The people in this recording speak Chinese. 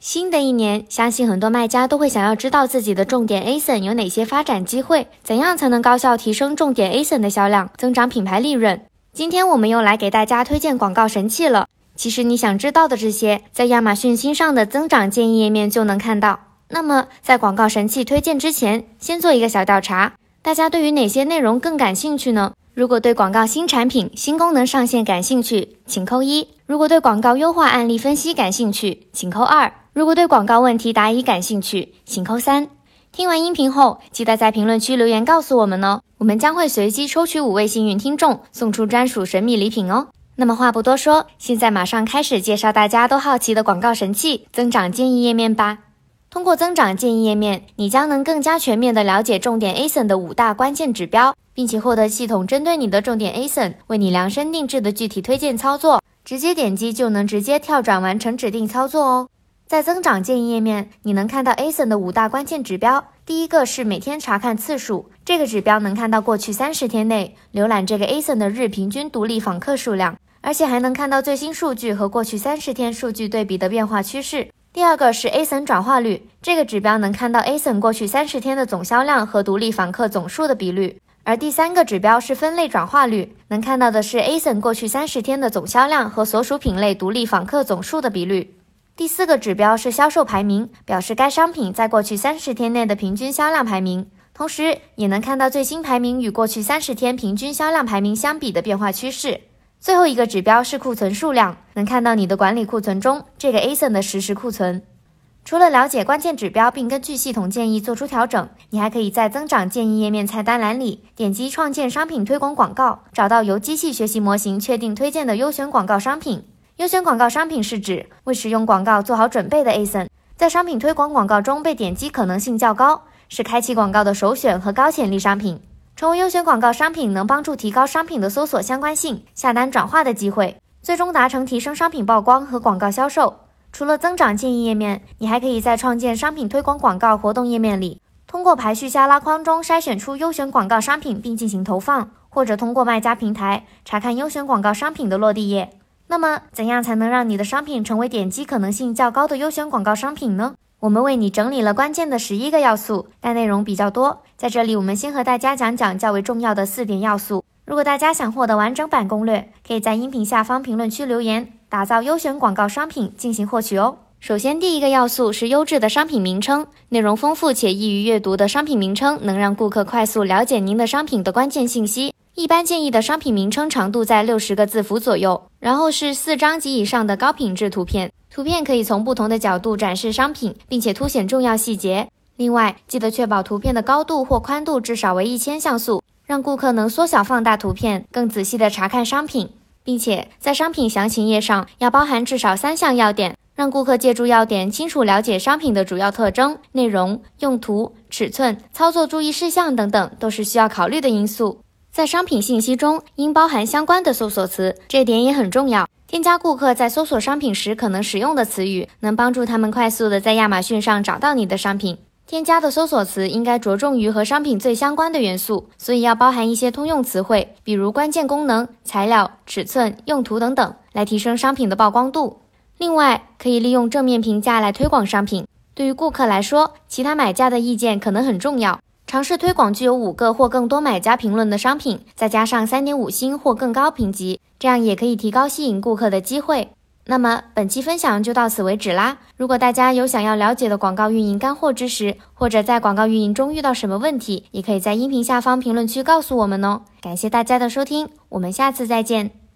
新的一年，相信很多卖家都会想要知道自己的重点 ASIN 有哪些发展机会，怎样才能高效提升重点 ASIN 的销量，增长品牌利润。今天我们又来给大家推荐广告神器了。其实你想知道的这些，在亚马逊新上的增长建议页面就能看到。那么在广告神器推荐之前，先做一个小调查，大家对于哪些内容更感兴趣呢？如果对广告新产品、新功能上线感兴趣，请扣1；如果对广告优化案例分析感兴趣，请扣2；如果对广告问题答疑感兴趣，请扣3。听完音频后，记得在评论区留言告诉我们哦，我们将会随机抽取5位幸运听众，送出专属神秘礼品哦。那么话不多说，现在马上开始介绍大家都好奇的广告神器增长建议页面吧。通过增长建议页面，你将能更加全面地了解重点 ASIN 的5大关键指标，并且获得系统针对你的重点 ASIN 为你量身定制的具体推荐操作，直接点击就能直接跳转完成指定操作哦。在增长建议页面，你能看到 ASIN 的5大关键指标。第一个是每天查看次数，这个指标能看到过去30天内浏览这个 ASIN 的日平均独立访客数量，而且还能看到最新数据和过去30天数据对比的变化趋势。第二个是 ASIN 转化率，这个指标能看到 ASIN 过去30天的总销量和独立访客总数的比率。而第三个指标是分类转化率，能看到的是 ASIN 过去30天的总销量和所属品类独立访客总数的比率。第四个指标是销售排名，表示该商品在过去30天内的平均销量排名，同时也能看到最新排名与过去30天平均销量排名相比的变化趋势。最后一个指标是库存数量，能看到你的管理库存中这个 ASIN 的实时库存。除了了解关键指标并根据系统建议做出调整，你还可以在增长建议页面菜单栏里点击创建商品推广广告，找到由机器学习模型确定推荐的优选广告商品。优选广告商品是指为使用广告做好准备的 ASIN， 在商品推广广告中被点击可能性较高，是开启广告的首选和高潜力商品。成为优选广告商品能帮助提高商品的搜索相关性、下单转化的机会，最终达成提升商品曝光和广告销售。除了增长建议页面，你还可以在创建商品推广广告活动页面里，通过排序下拉框中筛选出优选广告商品并进行投放，或者通过卖家平台查看优选广告商品的落地页。那么怎样才能让你的商品成为点击可能性较高的优选广告商品呢？我们为你整理了关键的11个要素，但内容比较多，在这里我们先和大家讲讲较为重要的4点要素。如果大家想获得完整版攻略，可以在音频下方评论区留言，打造优选广告商品进行获取哦。首先第一个要素是优质的商品名称，内容丰富且易于阅读的商品名称能让顾客快速了解您的商品的关键信息。一般建议的商品名称长度在60个字符左右，然后是4张及以上的高品质图片，图片可以从不同的角度展示商品，并且凸显重要细节。另外，记得确保图片的高度或宽度至少为1000像素，让顾客能缩小放大图片，更仔细地查看商品，并且在商品详情页上要包含至少3项要点，让顾客借助要点清楚了解商品的主要特征、内容、用途、尺寸、操作注意事项等等，都是需要考虑的因素。在商品信息中应包含相关的搜索词，这点也很重要。添加顾客在搜索商品时可能使用的词语，能帮助他们快速地在亚马逊上找到你的商品。添加的搜索词应该着重于和商品最相关的元素，所以要包含一些通用词汇，比如关键功能、材料、尺寸、用途等等，来提升商品的曝光度。另外，可以利用正面评价来推广商品。对于顾客来说，其他买家的意见可能很重要。尝试推广具有5个或更多买家评论的商品，再加上3.5星或更高评级，这样也可以提高吸引顾客的机会。那么本期分享就到此为止啦。如果大家有想要了解的广告运营干货知识，或者在广告运营中遇到什么问题，也可以在音频下方评论区告诉我们哦。感谢大家的收听，我们下次再见。